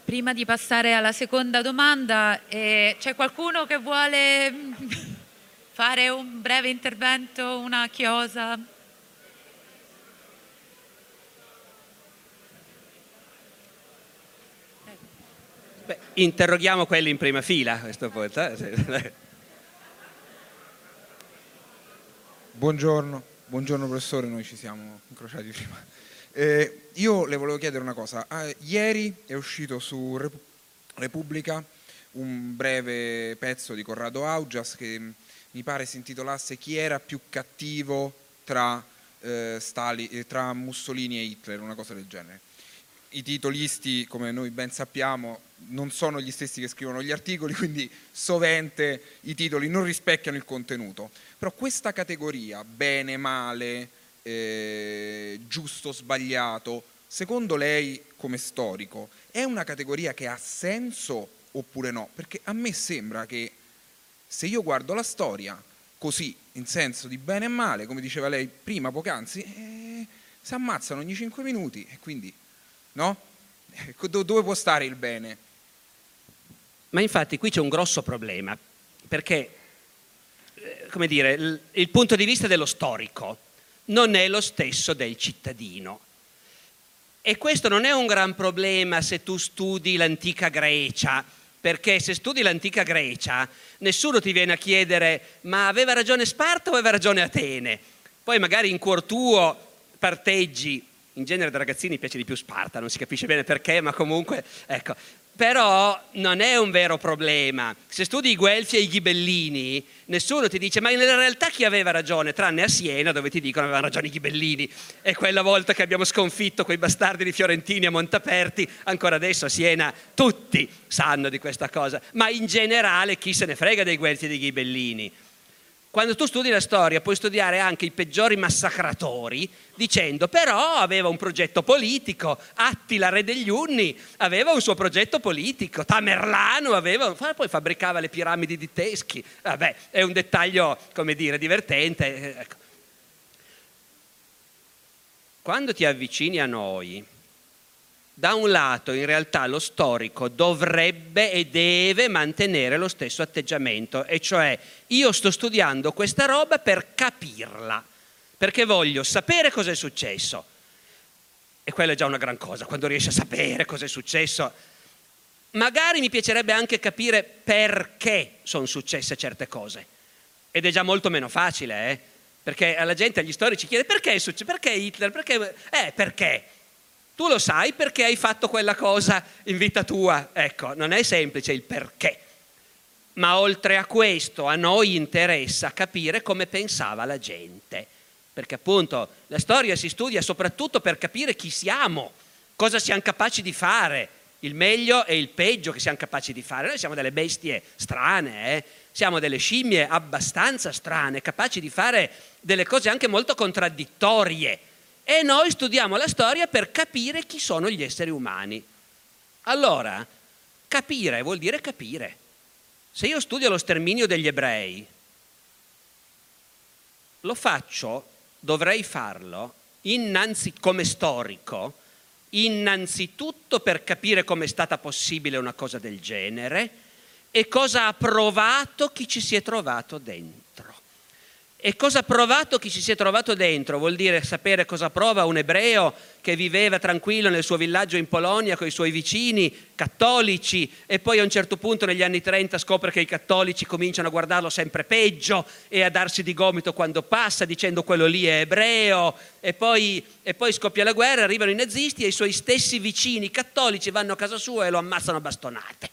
Prima di passare alla seconda domanda, c'è qualcuno che vuole fare un breve intervento, una chiosa? Beh, interroghiamo quelli in prima fila a questo punto. Buongiorno professore, noi ci siamo incrociati prima. Io le volevo chiedere una cosa. Ieri è uscito su Repubblica un breve pezzo di Corrado Augias che mi pare si intitolasse Chi era più cattivo tra Mussolini e Hitler, una cosa del genere. I titolisti, come noi ben sappiamo, non sono gli stessi che scrivono gli articoli, quindi sovente i titoli non rispecchiano il contenuto. Però questa categoria, bene, male, giusto, sbagliato, secondo lei come storico, è una categoria che ha senso oppure no? Perché a me sembra che se io guardo la storia così, in senso di bene e male, come diceva lei prima, poc'anzi, si ammazzano ogni 5 minuti e quindi, no? Dove può stare il bene? Ma infatti qui c'è un grosso problema, perché, come dire, il punto di vista dello storico non è lo stesso del cittadino. E questo non è un gran problema se tu studi l'antica Grecia, perché se studi l'antica Grecia nessuno ti viene a chiedere ma aveva ragione Sparta o aveva ragione Atene? Poi magari in cuor tuo parteggi, in genere da ragazzini piace di più Sparta, non si capisce bene perché, ma comunque, ecco. Però non è un vero problema. Se studi i Guelfi e i Ghibellini, nessuno ti dice ma nella realtà chi aveva ragione, tranne a Siena dove ti dicono avevano ragione i Ghibellini. E quella volta che abbiamo sconfitto quei bastardi di fiorentini a Montaperti, ancora adesso a Siena tutti sanno di questa cosa. Ma in generale chi se ne frega dei Guelfi e dei Ghibellini? Quando tu studi la storia puoi studiare anche i peggiori massacratori dicendo però aveva un progetto politico, Attila re degli Unni aveva un suo progetto politico, Tamerlano aveva, poi fabbricava le piramidi di Teschi, vabbè è un dettaglio come dire divertente. Ecco. Quando ti avvicini a noi, da un lato in realtà lo storico dovrebbe e deve mantenere lo stesso atteggiamento, e cioè io sto studiando questa roba per capirla, perché voglio sapere cosa è successo, e quella è già una gran cosa, quando riesci a sapere cosa è successo. Magari mi piacerebbe anche capire perché sono successe certe cose, ed è già molto meno facile, perché alla gente, agli storici chiede perché è successo, perché Hitler, perché? Tu lo sai perché hai fatto quella cosa in vita tua. Ecco, non è semplice il perché. Ma oltre a questo, a noi interessa capire come pensava la gente. Perché appunto la storia si studia soprattutto per capire chi siamo, cosa siamo capaci di fare, il meglio e il peggio che siamo capaci di fare. Noi siamo delle bestie strane, siamo delle scimmie abbastanza strane, capaci di fare delle cose anche molto contraddittorie. E noi studiamo la storia per capire chi sono gli esseri umani. Allora, capire vuol dire capire. Se io studio lo sterminio degli ebrei, lo faccio, dovrei farlo, come storico, innanzitutto per capire come è stata possibile una cosa del genere e cosa ha provato chi ci si è trovato dentro. E cosa ha provato chi ci si è trovato dentro? Vuol dire sapere cosa prova un ebreo che viveva tranquillo nel suo villaggio in Polonia con i suoi vicini cattolici e poi a un certo punto negli anni 30 scopre che i cattolici cominciano a guardarlo sempre peggio e a darsi di gomito quando passa dicendo quello lì è ebreo, e poi scoppia la guerra, arrivano i nazisti e i suoi stessi vicini cattolici vanno a casa sua e lo ammazzano a bastonate.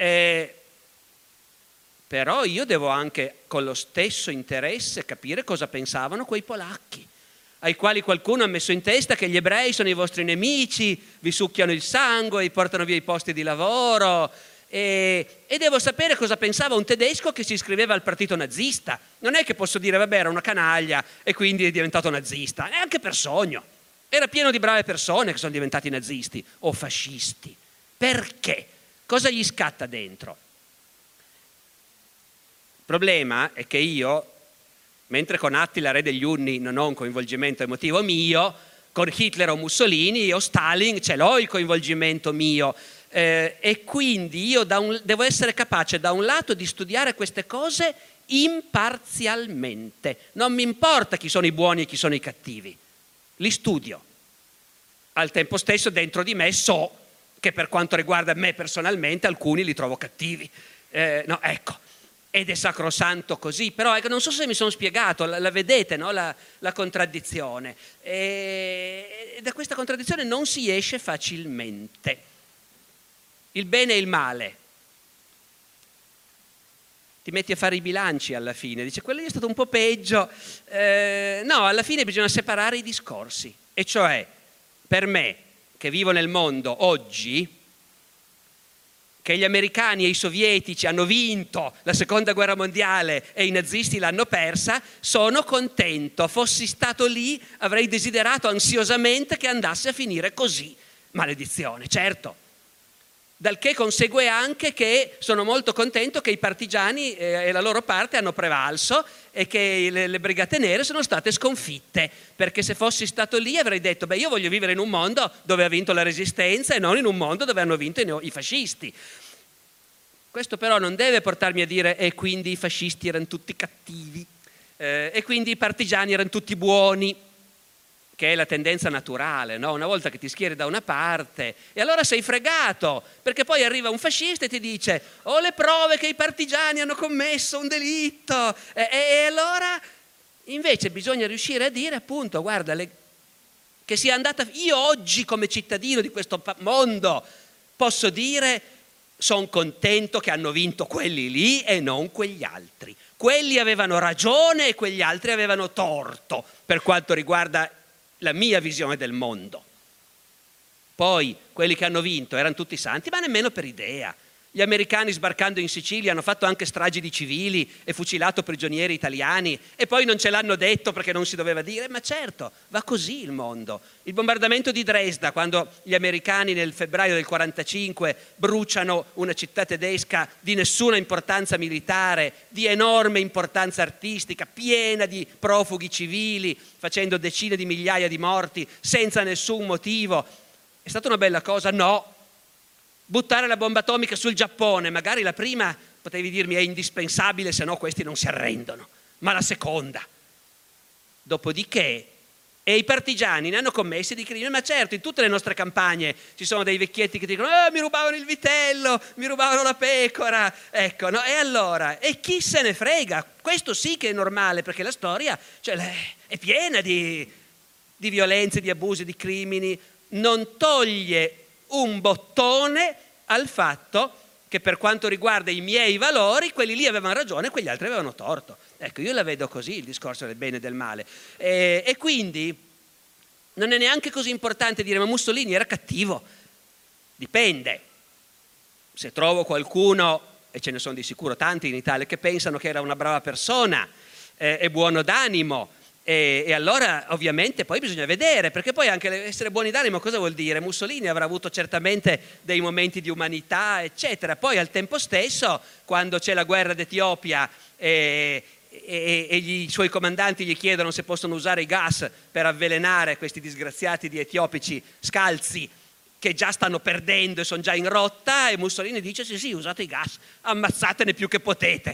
Però io devo anche con lo stesso interesse capire cosa pensavano quei polacchi, ai quali qualcuno ha messo in testa che gli ebrei sono i vostri nemici, vi succhiano il sangue, vi portano via i posti di lavoro, e devo sapere cosa pensava un tedesco che si iscriveva al partito nazista. Non è che posso dire vabbè era una canaglia e quindi è diventato nazista, è anche per sogno. Era pieno di brave persone che sono diventati nazisti o fascisti. Perché? Cosa gli scatta dentro? Il problema è che io, mentre con Attila re degli Unni non ho un coinvolgimento emotivo mio, con Hitler o Mussolini o Stalin ce l'ho il coinvolgimento mio, E quindi io devo essere capace da un lato di studiare queste cose imparzialmente. Non mi importa chi sono i buoni e chi sono i cattivi, li studio. Al tempo stesso dentro di me so che per quanto riguarda me personalmente alcuni li trovo cattivi. No, ecco, ed è sacrosanto così, però ecco, non so se mi sono spiegato, la vedete, no? La contraddizione. E da questa contraddizione non si esce facilmente. Il bene e il male. Ti metti a fare i bilanci alla fine, dice quello lì è stato un po' peggio. No, alla fine bisogna separare i discorsi, e cioè per me che vivo nel mondo oggi, che gli americani e i sovietici hanno vinto la seconda guerra mondiale e i nazisti l'hanno persa, sono contento. Fossi stato lì avrei desiderato ansiosamente che andasse a finire così. Maledizione, certo. Dal che consegue anche che sono molto contento che i partigiani e la loro parte hanno prevalso e che le brigate nere sono state sconfitte, perché se fossi stato lì avrei detto io voglio vivere in un mondo dove ha vinto la resistenza e non in un mondo dove hanno vinto i fascisti. Questo però non deve portarmi a dire e quindi i fascisti erano tutti cattivi e quindi i partigiani erano tutti buoni, che è la tendenza naturale, no? Una volta che ti schieri da una parte e allora sei fregato, perché poi arriva un fascista e ti dice ho le prove che i partigiani hanno commesso un delitto e allora invece bisogna riuscire a dire appunto guarda che sia andata, io oggi come cittadino di questo mondo posso dire sono contento che hanno vinto quelli lì e non quegli altri, quelli avevano ragione e quegli altri avevano torto per quanto riguarda la mia visione del mondo. Poi quelli che hanno vinto erano tutti santi, ma nemmeno per idea. Gli americani sbarcando in Sicilia hanno fatto anche stragi di civili e fucilato prigionieri italiani e poi non ce l'hanno detto perché non si doveva dire, ma certo, va così il mondo. Il bombardamento di Dresda, quando gli americani nel febbraio del 45 bruciano una città tedesca di nessuna importanza militare, di enorme importanza artistica, piena di profughi civili, facendo decine di migliaia di morti senza nessun motivo, è stata una bella cosa? No. Buttare la bomba atomica sul Giappone, magari la prima potevi dirmi è indispensabile, se no questi non si arrendono, ma la seconda. Dopodiché, e i partigiani ne hanno commessi di crimini, ma certo in tutte le nostre campagne ci sono dei vecchietti che dicono mi rubavano il vitello, mi rubavano la pecora, ecco, no? E allora, e chi se ne frega? Questo sì che è normale, perché la storia è piena di violenze, di abusi, di crimini, non toglie un bottone al fatto che per quanto riguarda i miei valori, quelli lì avevano ragione e quegli altri avevano torto. Ecco, io la vedo così, il discorso del bene e del male. E quindi non è neanche così importante dire ma Mussolini era cattivo. Dipende. Se trovo qualcuno, e ce ne sono di sicuro tanti in Italia, che pensano che era una brava persona, è buono d'animo, e allora ovviamente poi bisogna vedere, perché poi anche essere buoni d'animo cosa vuol dire? Mussolini avrà avuto certamente dei momenti di umanità eccetera, poi al tempo stesso quando c'è la guerra d'Etiopia e i suoi comandanti gli chiedono se possono usare i gas per avvelenare questi disgraziati di etiopici scalzi che già stanno perdendo e sono già in rotta, e Mussolini dice sì usate i gas, ammazzatene più che potete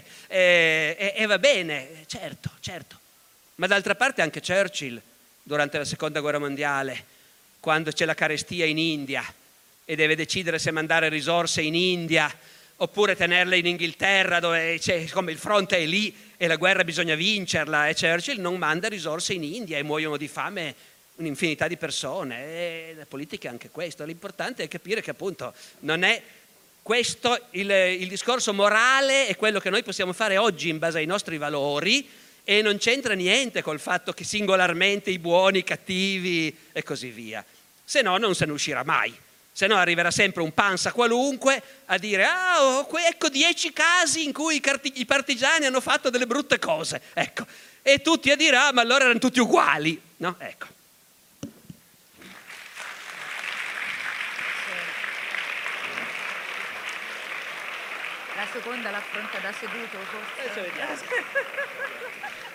e va bene, certo. Ma d'altra parte anche Churchill, durante la seconda guerra mondiale, quando c'è la carestia in India e deve decidere se mandare risorse in India oppure tenerle in Inghilterra dove come il fronte è lì e la guerra bisogna vincerla, e Churchill non manda risorse in India e muoiono di fame un'infinità di persone. E la politica è anche questo. L'importante è capire che appunto non è questo il discorso morale, è quello che noi possiamo fare oggi in base ai nostri valori, e non c'entra niente col fatto che singolarmente i buoni, i cattivi e così via. Se no non se ne uscirà mai. Se no arriverà sempre un panza qualunque a dire ecco 10 casi in cui i partigiani hanno fatto delle brutte cose. Ecco. E tutti a dire ma allora erano tutti uguali. No? Ecco. La seconda l'affronta da seduto forse. Adesso vediamo.